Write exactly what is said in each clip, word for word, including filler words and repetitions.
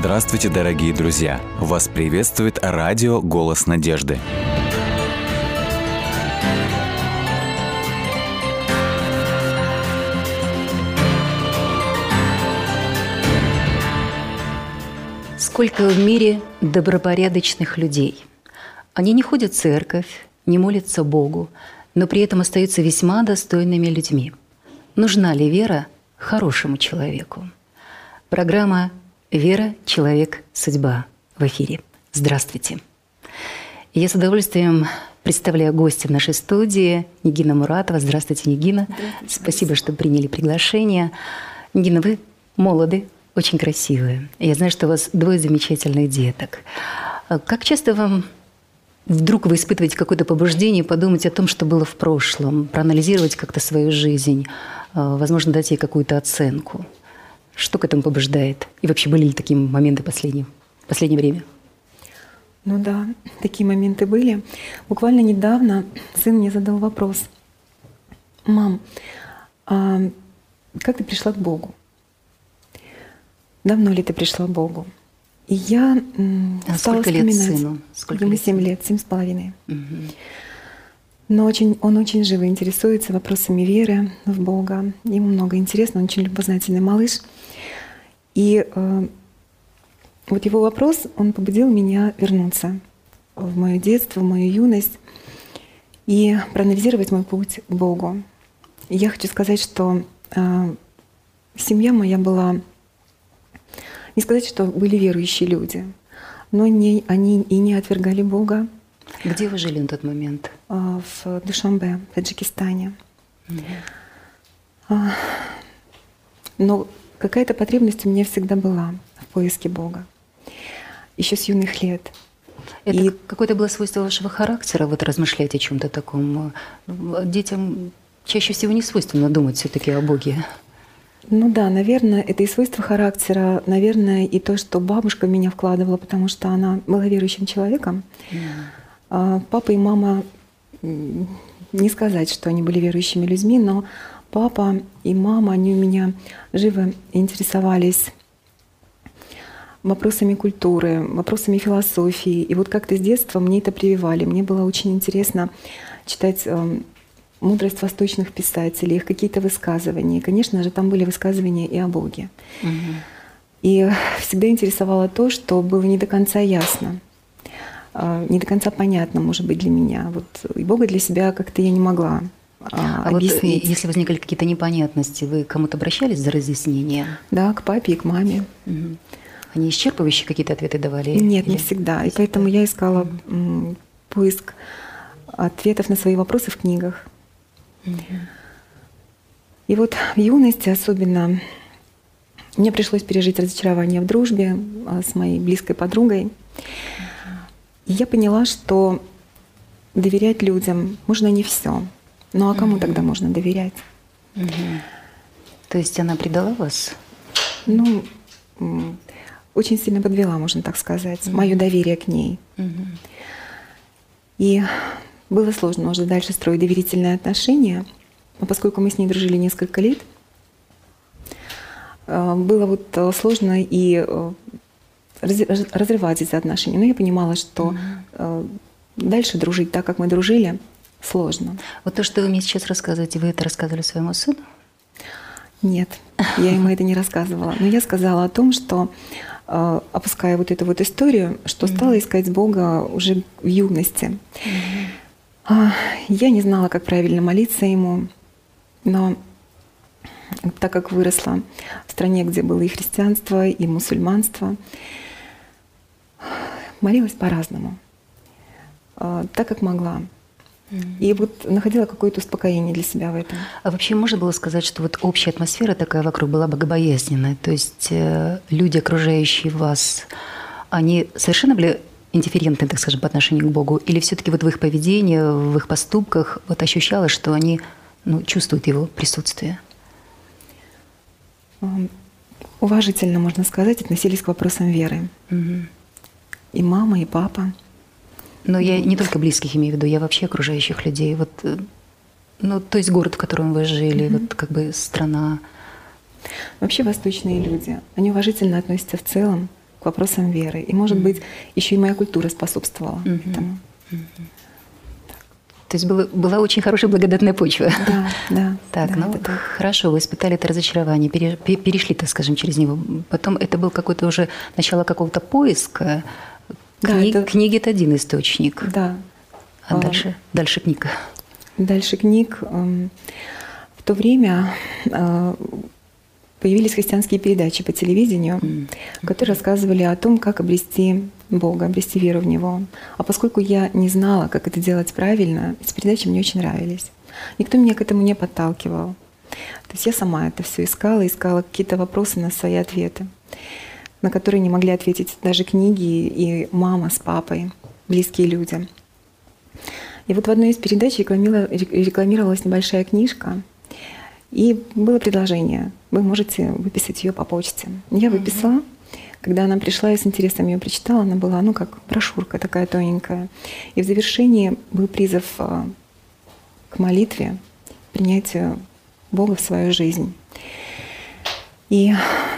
Здравствуйте, дорогие друзья! Вас приветствует радио «Голос надежды». Сколько в мире добропорядочных людей. Они не ходят в церковь, не молятся Богу, но при этом остаются весьма достойными людьми. Нужна ли вера хорошему человеку? Программа «Вера, человек, судьба» в эфире. Здравствуйте. Я с удовольствием представляю гостя в нашей студии Нигина Муратова. Здравствуйте, Нигина. Здравствуйте. Спасибо, что приняли приглашение. Нигина, вы молоды, очень красивые. Я знаю, что у вас двое замечательных деток. Как часто вам вдруг вы испытываете какое-то побуждение подумать о том, что было в прошлом, проанализировать как-то свою жизнь, возможно, дать ей какую-то оценку? Что к этому побуждает? И вообще были ли такие моменты в последнее, в последнее время? Ну да, такие моменты были. Буквально недавно сын мне задал вопрос. «Мам, а как ты пришла к Богу? Давно ли ты пришла к Богу?» И я а стала сколько вспоминать. Лет сыну? Сколько Ему лет семь сыну? лет, семь с половиной. Угу. Но очень, он очень живо интересуется вопросами веры в Бога. Ему много интересно, он очень любознательный малыш. И э, вот его вопрос, он побудил меня вернуться в мое детство, в мою юность и проанализировать мой путь к Богу. И я хочу сказать, что э, семья моя была, не сказать, что были верующие люди, но не, они и не отвергали Бога. Где вы жили на тот момент? В Душанбе, в Таджикистане. Mm-hmm. Но какая-то потребность у меня всегда была в поиске Бога. Еще с юных лет. Это И какое-то было свойство вашего характера, вот размышлять о чем-то таком? Детям чаще всего не свойственно думать все-таки о Боге. Ну да, наверное, это и свойство характера, наверное, и то, что бабушка в меня вкладывала, потому что она была верующим человеком. Mm. Папа и мама, не сказать, что они были верующими людьми, но папа и мама, они у меня живо интересовались вопросами культуры, вопросами философии. И вот как-то с детства мне это прививали. Мне было очень интересно читать мудрость восточных писателей, их какие-то высказывания. И, конечно же, там были высказывания и о Боге. Угу. И всегда интересовало то, что было не до конца ясно, не до конца понятно, может быть, для меня. Вот, и Бога для себя как-то я не могла а, объяснить. Вот, если возникли какие-то непонятности, вы к кому-то обращались за разъяснением? Да, к папе и к маме. Угу. Они исчерпывающие какие-то ответы давали? Нет, или... не всегда. И поэтому я искала угу. поиск ответов на свои вопросы в книгах. И вот в юности особенно мне пришлось пережить разочарование в дружбе с моей близкой подругой. И я поняла, что доверять людям можно не все. Ну а кому mm-hmm. тогда можно доверять? Mm-hmm. То есть она предала вас? Ну, очень сильно подвела, можно так сказать, mm-hmm. мое доверие к ней. Mm-hmm. И было сложно уже дальше строить доверительные отношения, но поскольку мы с ней дружили несколько лет, было вот сложно и разрывать эти отношения. Но я понимала, что mm-hmm. дальше дружить так, как мы дружили, сложно. Вот то, что вы мне сейчас рассказываете, вы это рассказывали своему сыну? Нет, я ему это не рассказывала. Но я сказала о том, что, опуская вот эту вот историю, что mm-hmm. стала искать Бога уже в юности. Mm-hmm. Я не знала, как правильно молиться Ему, но так как выросла в стране, где было и христианство, и мусульманство, молилась по-разному, так как могла. Mm-hmm. И вот находила какое-то успокоение для себя в этом. А вообще можно было сказать, что вот общая атмосфера такая вокруг была богобоязненная? То есть люди, окружающие вас, они совершенно были индифферентны, так скажем, по отношению к Богу? Или все-таки вот в их поведении, в их поступках вот ощущалось, что они ну, чувствуют Его присутствие? Уважительно, можно сказать, относились к вопросам веры. Угу. И мама, и папа. Но я не только близких имею в виду, я вообще окружающих людей. Вот, ну, то есть город, в котором вы жили, угу. вот как бы страна. Вообще восточные люди, они уважительно относятся в целом к к вопросам веры. И, может mm-hmm. быть, еще и моя культура способствовала mm-hmm. этому. Mm-hmm. То есть было, была очень хорошая благодатная почва. Да, да. Так, да, ну так. Хорошо, вы испытали это разочарование, пере, перешли, так скажем, через него. Потом это был какой-то уже начало какого-то поиска. Да, Кни, это... Книги – это один источник. Да. А, а дальше, дальше книга. Дальше книг. В то время появились христианские передачи по телевидению, mm. которые рассказывали о том, как обрести Бога, обрести веру в Него. А поскольку я не знала, как это делать правильно, эти передачи мне очень нравились. Никто меня к этому не подталкивал. То есть я сама это все искала, искала какие-то вопросы на свои ответы, на которые не могли ответить даже книги и мама с папой, близкие люди. И вот в одной из передач рекламировалась небольшая книжка, и было предложение: вы можете выписать ее по почте. Я выписала. Mm-hmm. Когда она пришла, я с интересом ее прочитала, она была, ну, как брошюрка такая тоненькая. И в завершении был призыв к молитве, принятию Бога в свою жизнь. И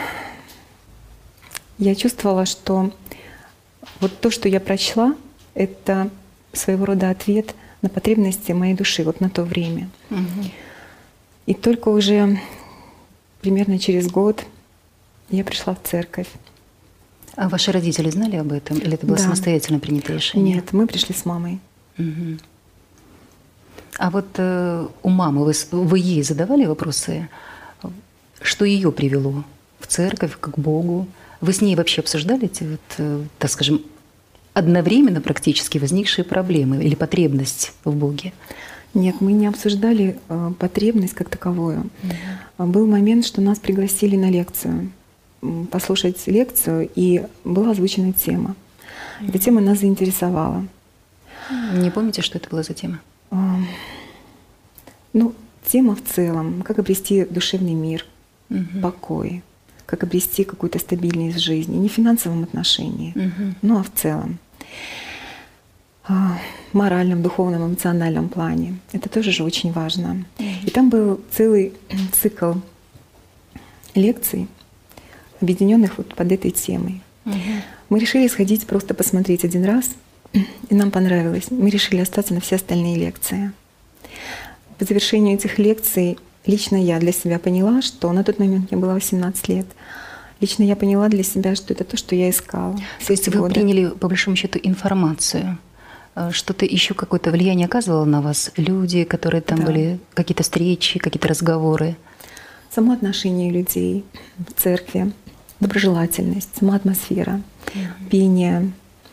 я чувствовала, что вот то, что я прочла, это своего рода ответ на потребности моей души вот на то время. Угу. И только уже примерно через год я пришла в церковь. А ваши родители знали об этом? Или это было да. самостоятельно принятое решение? Нет, мы пришли с мамой. Угу. А вот э, у мамы вы, вы ей задавали вопросы, что ее привело в церковь, к Богу? Вы с ней вообще обсуждали эти, вот, э, так скажем, одновременно практически возникшие проблемы или потребность в Боге? Нет, мы не обсуждали э, потребность как таковую. Mm-hmm. Был момент, что нас пригласили на лекцию, послушать лекцию, и была озвучена тема. Mm-hmm. Эта тема нас заинтересовала. Не помните, что это была за тема? Э, ну, тема в целом, как обрести душевный мир, mm-hmm. покой, как обрести какую-то стабильность в жизни, не в финансовом отношении, mm-hmm. но а в целом. Моральном, духовном, эмоциональном плане. Это тоже же очень важно. Mm-hmm. И там был целый цикл лекций, объединенных вот под этой темой. Mm-hmm. Мы решили сходить просто посмотреть один раз, и нам понравилось. Мы решили остаться на все остальные лекции. По завершению этих лекций лично я для себя поняла, что на тот момент мне было восемнадцать лет. Лично я поняла для себя, что это то, что я искала. То есть вы годы. Приняли, по большому счету, информацию. Что-то еще какое-то влияние оказывало на вас? Люди, которые там да. были, какие-то встречи, какие-то разговоры? Само отношение людей в церкви, доброжелательность, сама атмосфера, mm-hmm. пение.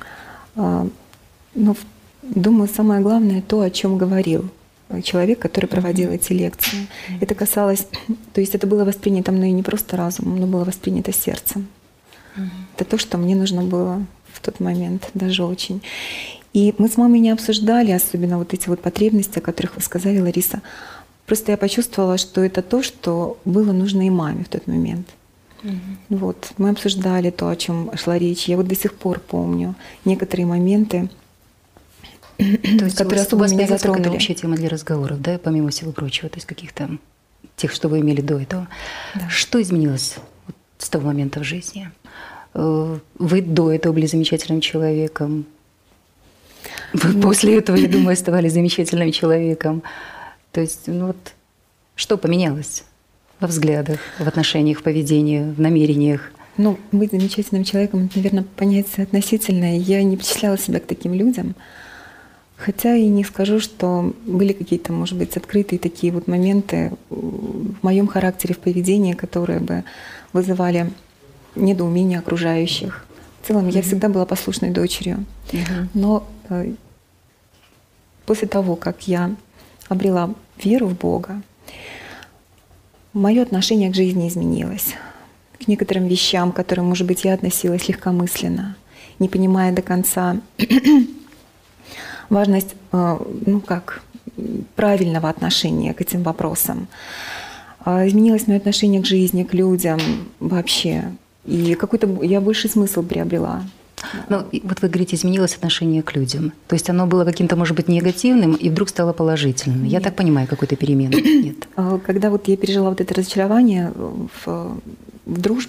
Но думаю, самое главное то, о чем говорил человек, который проводил mm-hmm. эти лекции. Mm-hmm. Это касалось, то есть это было воспринято мной не просто разумом, но было воспринято сердцем. Mm-hmm. Это то, что мне нужно было в тот момент, даже очень. И мы с мамой не обсуждали особенно вот эти вот потребности, о которых вы сказали, Лариса. Просто я почувствовала, что это то, что было нужно и маме в тот момент. Mm-hmm. Вот. Мы обсуждали то, о чем шла речь. Я вот до сих пор помню некоторые моменты, то есть которые особо меня затронули. Это общая тема для разговоров, да, помимо всего прочего, то есть каких-то тех, что вы имели до этого. Да. Что изменилось вот с того момента в жизни? Вы до этого были замечательным человеком. Вы после этого, я думаю, оставались замечательным человеком. То есть, ну вот, что поменялось во взглядах, в отношениях, в поведении, в намерениях? Ну, быть замечательным человеком, это, наверное, понятие относительное. Я не причисляла себя к таким людям. Хотя и не скажу, что были какие-то, может быть, открытые такие вот моменты в моем характере, в поведении, которые бы вызывали недоумение окружающих. В целом, mm-hmm. я всегда была послушной дочерью. Mm-hmm. Но э, после того, как я обрела веру в Бога, мое отношение к жизни изменилось. К некоторым вещам, к которым, может быть, я относилась легкомысленно, не понимая до конца важность, э, ну как, правильного отношения к этим вопросам. Э, изменилось мое отношение к жизни, к людям вообще. И какой-то я больший смысл приобрела. Ну, вот вы говорите, изменилось отношение к людям. То есть оно было каким-то, может быть, негативным, и вдруг стало положительным. Нет. Я так понимаю, какой-то перемены. Нет. Когда вот я пережила вот это разочарование в, в дружбе,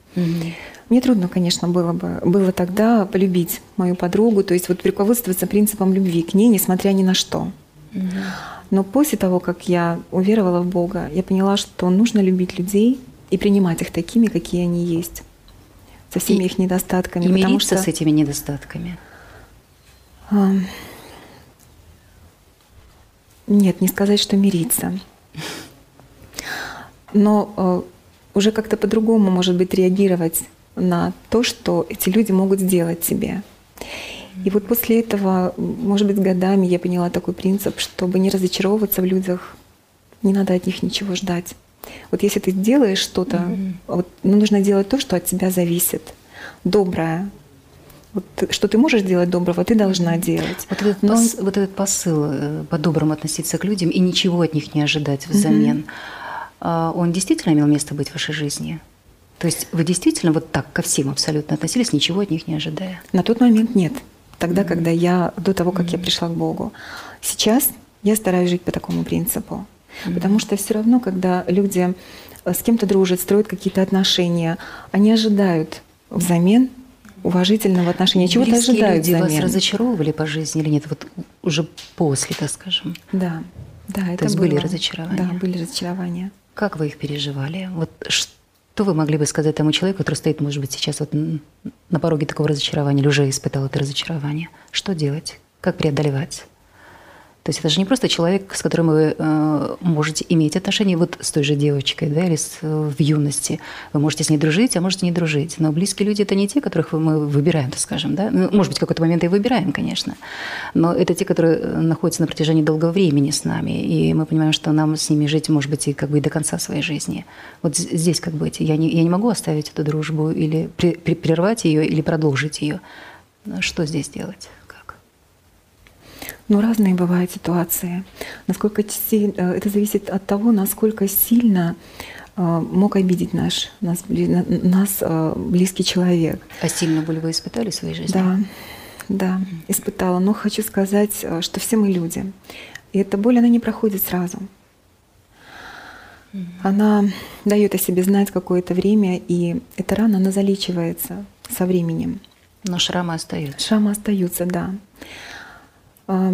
Мгм. Мне трудно, конечно, было бы было тогда полюбить мою подругу, то есть вот руководствоваться принципом любви к ней, несмотря ни на что. Мгм. Но после того, как я уверовала в Бога, я поняла, что нужно любить людей и принимать их такими, какие они есть, со всеми И- их недостатками. И потому мириться что с этими недостатками. а, нет, не сказать, что мириться. Но э, уже как-то по-другому, может быть, реагировать на то, что эти люди могут сделать тебе. И вот после этого, может быть, с годами я поняла такой принцип, чтобы не разочаровываться в людях, не надо от них ничего ждать. Вот если ты делаешь что-то, Мгм. вот, ну, нужно делать то, что от тебя зависит, доброе. Вот, ты- что ты можешь делать доброго, ты должна делать. Вот этот, Но- пос- вот этот посыл э, по-доброму относиться к людям и ничего от них не ожидать взамен, а, он действительно имел место быть в вашей жизни? То есть вы действительно вот так ко всем абсолютно относились, ничего от них не ожидая? На тот момент нет. Тогда, когда я, до того, как я пришла к Богу. Сейчас я стараюсь жить по такому принципу. Потому что все равно, когда люди э, с кем-то дружат, строят какие-то отношения, они ожидают взамен уважительного отношения, чего-то Близкие ожидают люди вас взамен. разочаровывали по жизни или нет? Вот уже после, так скажем. Да, да, это есть были было. разочарования? Да, были разочарования. Как вы их переживали? Вот что вы могли бы сказать тому человеку, который стоит, может быть, сейчас вот н- на пороге такого разочарования или уже испытал это разочарование? Что делать? Как преодолевать? То есть это же не просто человек, с которым вы э, можете иметь отношения вот с той же девочкой, да, или с, э, в юности. Вы можете с ней дружить, а можете не дружить. Но близкие люди – это не те, которых мы выбираем, так скажем. Да? Ну, может быть, в какой-то момент и выбираем, конечно. Но это те, которые э, находятся на протяжении долгого времени с нами. И мы понимаем, что нам с ними жить, может быть, и как бы и до конца своей жизни. Вот з- здесь как быть? Я не, я не могу оставить эту дружбу или при- при- прервать ее, или продолжить ее. Что здесь делать? Как? Ну, разные бывают ситуации. Насколько си- э, это зависит от того, насколько сильно э, мог обидеть наш, нас, бли- на- нас э, близкий человек. А сильную боль вы испытали в своей жизни? Да, да, испытала. Но хочу сказать, э, что все мы люди. И эта боль, она не проходит сразу. Она дает о себе знать какое-то время, и эта рана, она залечивается со временем. Но шрамы остаются. Шрамы остаются, да. А,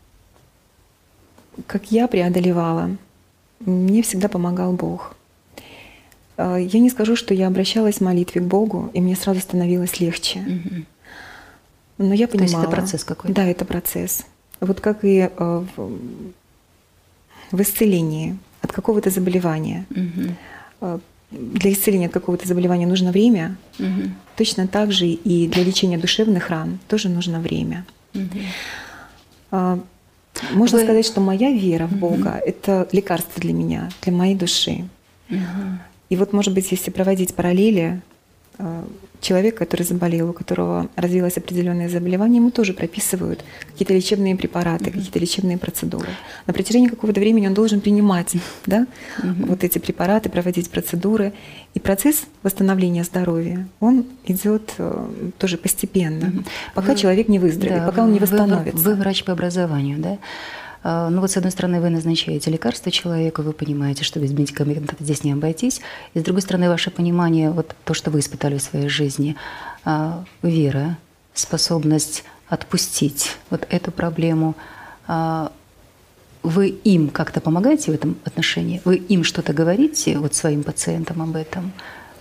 Как я преодолевала, мне всегда помогал Бог. А, Я не скажу, что я обращалась в молитве к Богу, и мне сразу становилось легче. Мгм. Но я То есть понимала. это процесс какой-то? Да, это процесс. Вот как и э, в, в исцелении от какого-то заболевания. Мгм. Э, Для исцеления от какого-то заболевания нужно время. Мгм. Точно так же и для лечения душевных ран тоже нужно время. Мгм. А, Можно Вы- сказать, что моя вера в Бога — это лекарство для меня, для моей души. Мгм. И вот, может быть, если проводить параллели, э, человек, который заболел, у которого развилось определенное заболевание, ему тоже прописывают какие-то лечебные препараты, какие-то лечебные процедуры. На протяжении какого-то времени он должен принимать, да, вот эти препараты, проводить процедуры. И процесс восстановления здоровья, он идет э, тоже постепенно, пока Вы- человек не выздоровеет, Да, пока он не вы- вы- восстановится. Вы, врач по образованию, да? А, Ну вот, с одной стороны, вы назначаете лекарства человеку, вы понимаете, что без медикаментов здесь не обойтись. И с другой стороны, ваше понимание, вот то, что вы испытали в своей жизни, а, вера, способность отпустить вот эту проблему, а, вы им как-то помогаете в этом отношении? Вы им что-то говорите, вот своим пациентам об этом?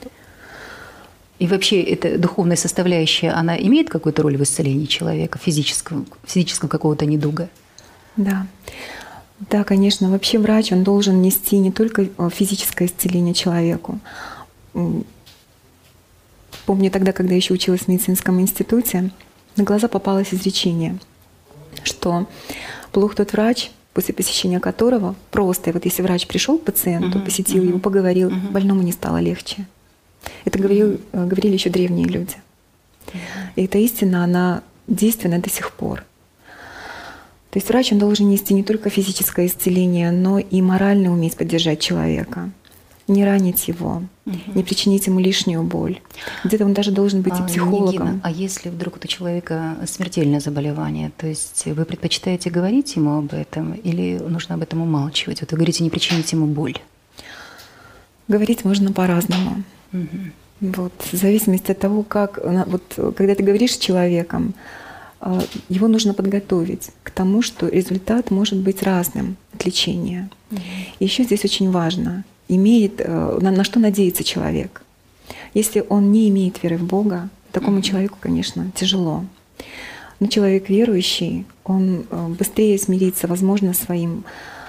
И вообще эта духовная составляющая, она имеет какую-то роль в исцелении человека, физического, физического какого-то недуга? Да. Да, конечно. Вообще врач, он должен нести не только э, физическое исцеление человеку. М, Помню тогда, когда еще училась в медицинском институте, на глаза попалось изречение, что плох тот врач, после посещения которого просто, вот если врач пришел к пациенту, Мгм, посетил мгм, его, поговорил, мгм. больному не стало легче. Это говорил, э, говорили еще древние люди. И эта истина, она действенна до сих пор. То есть врач, он должен нести не только физическое исцеление, но и морально уметь поддержать человека, не ранить его, не причинить ему лишнюю боль. Где-то он даже должен быть и А, психологом. Нигина, а если вдруг вот у человека смертельное заболевание, то есть вы предпочитаете говорить ему об этом или нужно об этом умалчивать? Вот вы говорите, не причинить ему боль. Говорить можно по-разному. Мгм. Вот, в зависимости от того, как, вот, когда ты говоришь с человеком, его нужно подготовить к тому, что результат может быть разным от лечения. Mm-hmm. И еще здесь очень важно, имеет, на, на что надеется человек. Если он не имеет веры в Бога, такому mm-hmm. человеку, конечно, тяжело. Но человек верующий, он быстрее смирится, возможно, своим,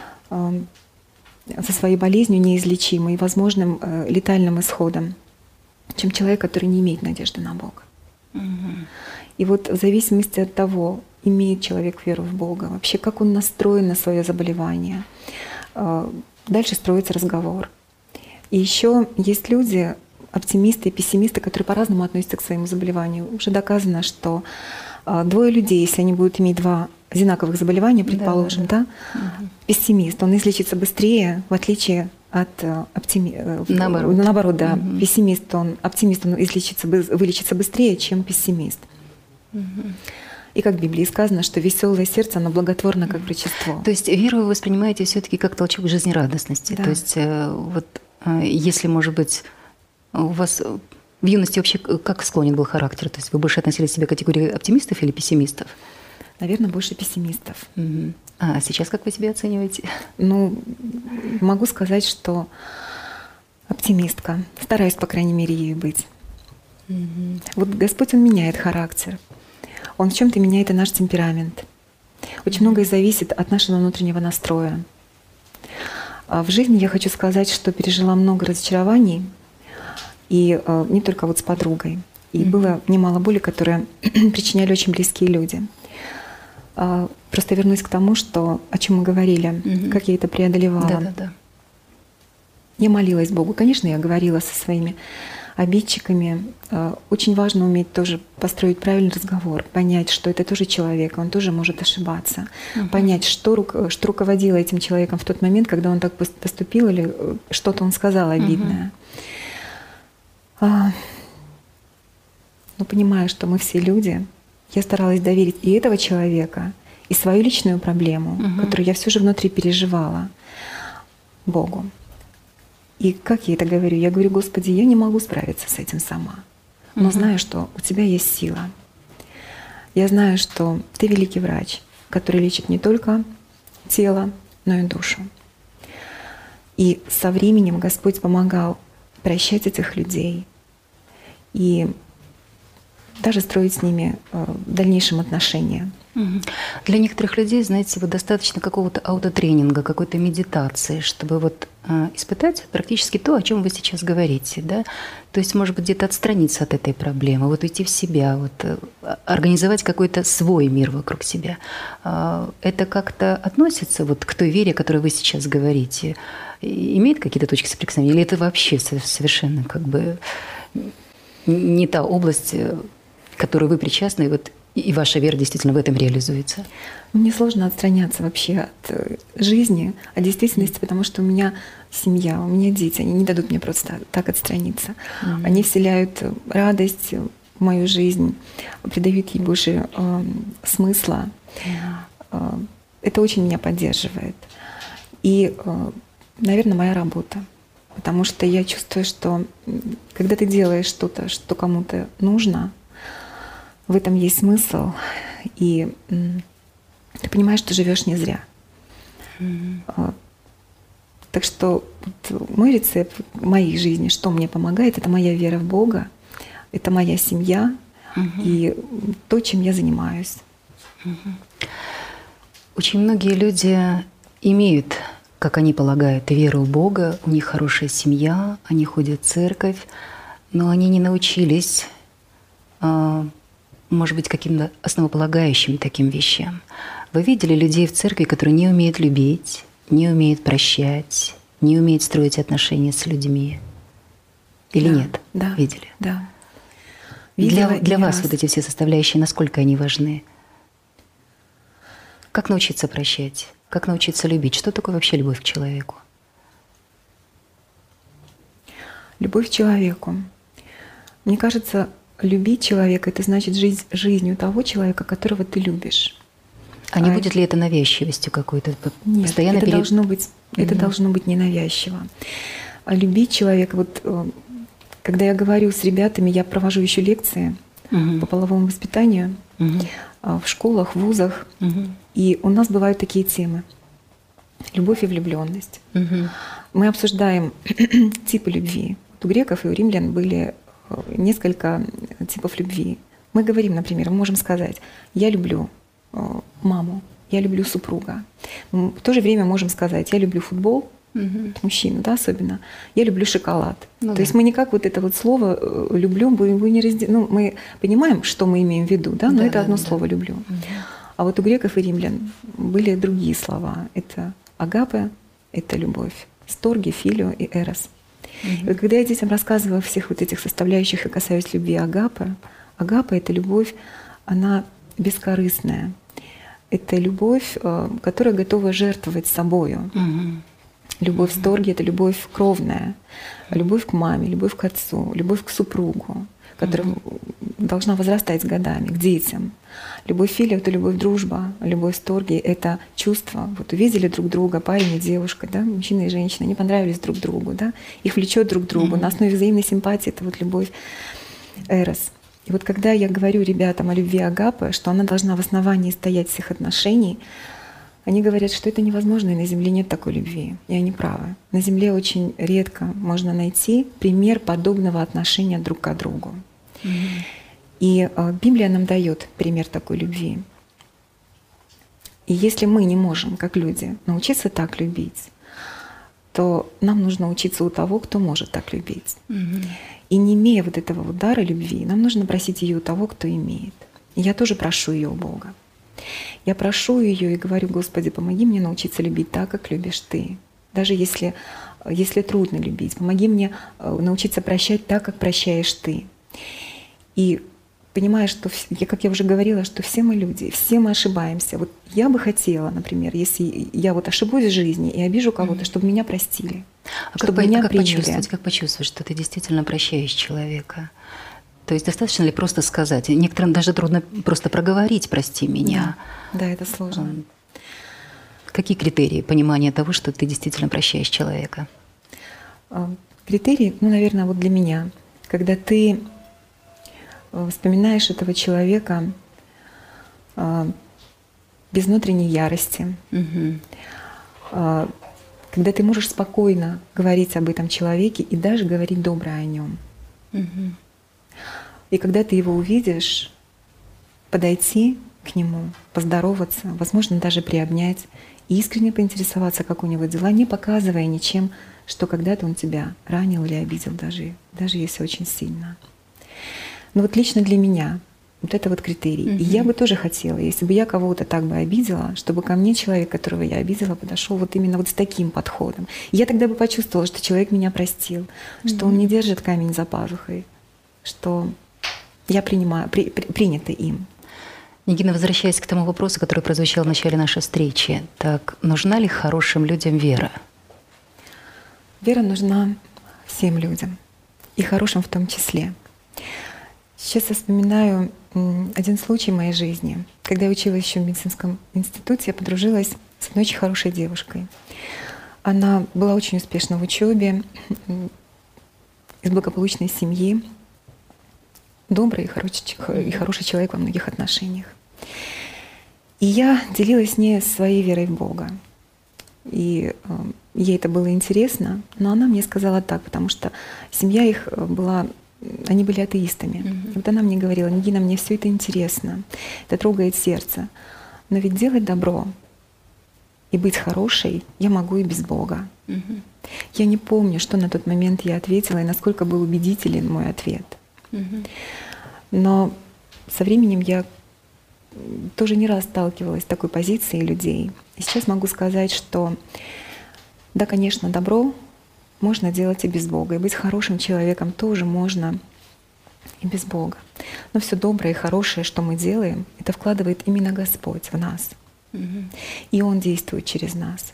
со своей болезнью неизлечимой и возможным летальным исходом, чем человек, который не имеет надежды на Бога. Mm-hmm. И вот в зависимости от того, имеет человек веру в Бога, вообще как он настроен на свое заболевание, дальше строится разговор. И еще есть люди, оптимисты и пессимисты, которые по-разному относятся к своему заболеванию. Уже доказано, что двое людей, если они будут иметь два одинаковых заболевания, предположим, да, да, да. Угу. Пессимист, он излечится быстрее, в отличие от оптимиста. Наоборот. Наоборот, да. Угу. Пессимист, он, оптимист, он излечится, вылечится быстрее, чем пессимист. Угу. И как в Библии сказано, что веселое сердце, оно благотворно, как врачество. То есть веру вы воспринимаете все-таки как толчок жизнерадостности. Да. То есть вот если, может быть, у вас в юности вообще как склонен был характер? То есть вы больше относили себя к категории оптимистов или пессимистов? Наверное, больше пессимистов. Угу. А сейчас как вы себя оцениваете? Ну, могу сказать, что оптимистка. Стараюсь, по крайней мере, ею быть. Угу. Вот Господь, Он меняет характер. Он в чем-то меняет и наш темперамент. Очень многое зависит от нашего внутреннего настроя. А в жизни я хочу сказать, что пережила много разочарований, и э, не только вот с подругой. И mm-hmm. было немало боли, которые причиняли очень близкие люди. А, просто вернусь к тому, что, о чем мы говорили, mm-hmm. как я это преодолевала. Да-да-да. Я молилась Богу. Конечно, я говорила со своими обидчиками. Очень важно уметь тоже построить правильный разговор, понять, что это тоже человек, он тоже может ошибаться, угу. понять, что, ру- что руководило этим человеком в тот момент, когда он так поступил или что-то он сказал обидное. Угу. А, но понимая, что мы все люди, я старалась доверить и этого человека, и свою личную проблему, угу. которую я все же внутри переживала, Богу. И как я это говорю? Я говорю: Господи, я не могу справиться с этим сама. Но угу. знаю, что у Тебя есть сила. Я знаю, что Ты великий врач, который лечит не только тело, но и душу. И со временем Господь помогал прощать этих людей и даже строить с ними в дальнейшем отношения. Для некоторых людей, знаете, вот достаточно какого-то аутотренинга, какой-то медитации, чтобы вот э, испытать практически то, о чем вы сейчас говорите, да? То есть, может быть, где-то отстраниться от этой проблемы, вот уйти в себя, вот э, организовать какой-то свой мир вокруг себя. Э, это как-то относится вот к той вере, о которой вы сейчас говорите? Имеет какие-то точки соприкосновения? Или это вообще совершенно как бы не та область, к которой вы причастны, вот, и ваша вера действительно в этом реализуется? Мне сложно отстраняться вообще от жизни, от действительности, потому что у меня семья, у меня дети, они не дадут мне просто так отстраниться. Mm-hmm. Они вселяют радость в мою жизнь, придают ей больше э, смысла. Mm-hmm. Это очень меня поддерживает. И, э, наверное, моя работа. Потому что я чувствую, что когда ты делаешь что-то, что кому-то нужно, в этом есть смысл, и ты понимаешь, что живешь не зря. Mm-hmm. Так что вот мой рецепт моей жизни, что мне помогает, это моя вера в Бога, это моя семья mm-hmm. и то, чем я занимаюсь. Mm-hmm. Очень многие люди имеют, как они полагают, веру в Бога, у них хорошая семья, они ходят в церковь, но они не научились, может быть, каким-то основополагающим таким вещам. Вы видели людей в церкви, которые не умеют любить, не умеют прощать, не умеют строить отношения с людьми? Или да, нет? Да, видели? Да. Видела для для вас раз. Вот эти все составляющие, насколько они важны? Как научиться прощать? Как научиться любить? Что такое вообще любовь к человеку? Любовь к человеку. Мне кажется, любить человека — это значит жить жизнью того человека, которого ты любишь. А не а будет ли это навязчивостью какой-то? Нет, Постоянно это, пере... должно быть, это mm-hmm. должно быть ненавязчиво. А любить человека, вот когда я говорю с ребятами, я провожу еще лекции угу. по половому воспитанию угу. в школах, в вузах. Угу. И у нас бывают такие темы. Любовь и влюбленность. Угу. Мы обсуждаем типы любви. У греков и у римлян были несколько типов любви. Мы говорим, например, мы можем сказать: я люблю маму, я люблю супруга. В то же время можем сказать: я люблю футбол, угу. мужчину, да, особенно, я люблю шоколад. Ну, То да. есть мы никак вот это вот слово «люблю» мы, мы не раздел... ну, мы понимаем, что мы имеем в виду, да, но да, это да, одно да. слово «люблю». Угу. А вот у греков и римлян были другие слова. Это агапе, это любовь, сторги, филио и эрос. Угу. И вот когда я детям рассказываю о всех вот этих составляющих и касаюсь любви агапе, агапе — это любовь, она бескорыстная. Это любовь, которая готова жертвовать собою. Угу. Любовь в сторге — это любовь кровная, любовь к маме, любовь к отцу, любовь к супругу, которая mm-hmm. должна возрастать с годами, к детям. Любовь филия — это любовь дружба, любовь в сторге — это чувства. Вот увидели друг друга, парень и девушка, да, мужчина и женщина, они понравились друг другу, да, их влечет друг к другу. Mm-hmm. На основе взаимной симпатии — это вот любовь эрос. И вот когда я говорю ребятам о любви агапе, что она должна в основании стоять всех отношений, они говорят, что это невозможно, и на Земле нет такой любви. И они правы. На Земле очень редко можно найти пример подобного отношения друг к другу. Mm-hmm. И э, Библия нам дает пример такой любви. И если мы не можем, как люди, научиться так любить, то нам нужно учиться у того, кто может так любить. Mm-hmm. И не имея вот этого вот дара любви, нам нужно просить ее у того, кто имеет. И я тоже прошу ее у Бога. Я прошу ее и говорю: Господи, помоги мне научиться любить так, как любишь Ты. Даже если, если трудно любить, помоги мне научиться прощать так, как прощаешь Ты. И понимая, что, как я уже говорила, что все мы люди, все мы ошибаемся. Вот я бы хотела, например, если я вот ошибусь в жизни и обижу кого-то, чтобы меня простили, а чтобы как, меня как приняли. Почувствовать, как почувствовать, что ты действительно прощаешь человека? То есть достаточно ли просто сказать? Некоторым даже трудно просто проговорить «прости меня». Да, да, это сложно. Какие критерии понимания того, что ты действительно прощаешь человека? Критерии, ну, наверное, вот для меня. Когда ты вспоминаешь этого человека без внутренней ярости, угу. когда ты можешь спокойно говорить об этом человеке и даже говорить доброе о нем. Угу. И когда ты его увидишь, подойти к нему, поздороваться, возможно, даже приобнять, и искренне поинтересоваться, как у него дела, не показывая ничем, что когда-то он тебя ранил или обидел, даже, даже если очень сильно. Но вот лично для меня вот это вот критерий. Mm-hmm. И я бы тоже хотела, если бы я кого-то так бы обидела, чтобы ко мне человек, которого я обидела, подошел вот именно вот с таким подходом. И я тогда бы почувствовала, что человек меня простил, mm-hmm. что он не держит камень за пазухой, что я принимаю, при, при, принята им. Нигина, возвращаясь к тому вопросу, который прозвучал в начале нашей встречи, так нужна ли хорошим людям вера? Вера нужна всем людям, и хорошим в том числе. Сейчас я вспоминаю один случай в моей жизни. Когда я училась еще в медицинском институте, я подружилась с одной очень хорошей девушкой. Она была очень успешна в учебе, из благополучной семьи, добрый и хороший, и хороший человек во многих отношениях. И я делилась с ней своей верой в Бога. И э, ей это было интересно, но она мне сказала так, потому что семья их была, они были атеистами. Mm-hmm. И вот она мне говорила: Нигина, мне все это интересно, это трогает сердце, но ведь делать добро и быть хорошей я могу и без Бога. Mm-hmm. Я не помню, что на тот момент я ответила и насколько был убедителен мой ответ. Mm-hmm. Но со временем я тоже не раз сталкивалась с такой позицией людей. И сейчас могу сказать, что да, конечно, добро можно делать и без Бога. И быть хорошим человеком тоже можно и без Бога. Но все доброе и хорошее, что мы делаем, это вкладывает именно Господь в нас. Mm-hmm. И Он действует через нас.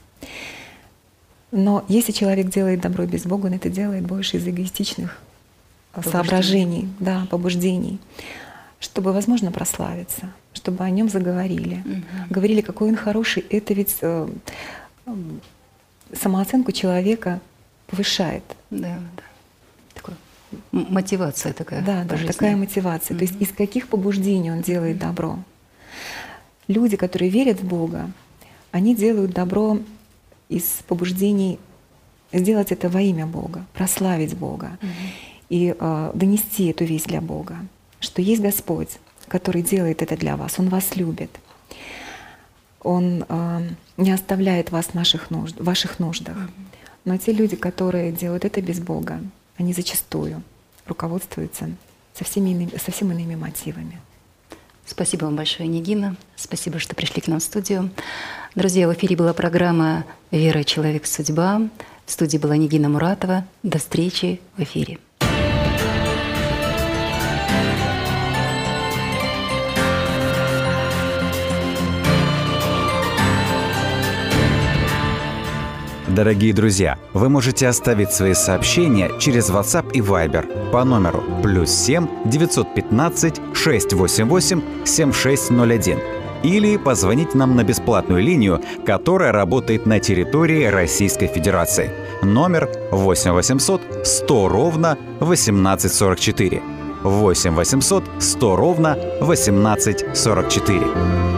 Но если человек делает добро без Бога, он это делает больше из эгоистичных соображений, да, побуждений, чтобы, возможно, прославиться, чтобы о нем заговорили. Угу. Говорили, какой он хороший. Это ведь э, э, самооценку человека повышает. Да, да. Такое Мотивация такая. Да, да, такая мотивация. Mm-hmm. То есть из каких побуждений он делает добро? Люди, которые верят в Бога, они делают добро из побуждений сделать это во имя Бога, прославить Бога mm-hmm. и э, донести эту весть для Бога, что есть Господь, который делает это для вас, Он вас любит. Он э, не оставляет вас в наших нужд, в ваших нуждах. Mm-hmm. Но те люди, которые делают это без Бога, они зачастую руководствуются совсем иными, совсем иными мотивами. Спасибо вам большое, Нигина. Спасибо, что пришли к нам в студию. Друзья, в эфире была программа «Вера. Человек. Судьба». В студии была Нигина Муратова. До встречи в эфире. Дорогие друзья, вы можете оставить свои сообщения через WhatsApp и Viber по номеру плюс семь девятьсот пятнадцать шестьсот восемьдесят восемь семьдесят шесть ноль один или позвонить нам на бесплатную линию, которая работает на территории Российской Федерации. Номер восемь восемьсот сто ровно восемнадцать сорок четыре. восемь восемьсот сто ровно восемнадцать сорок четыре.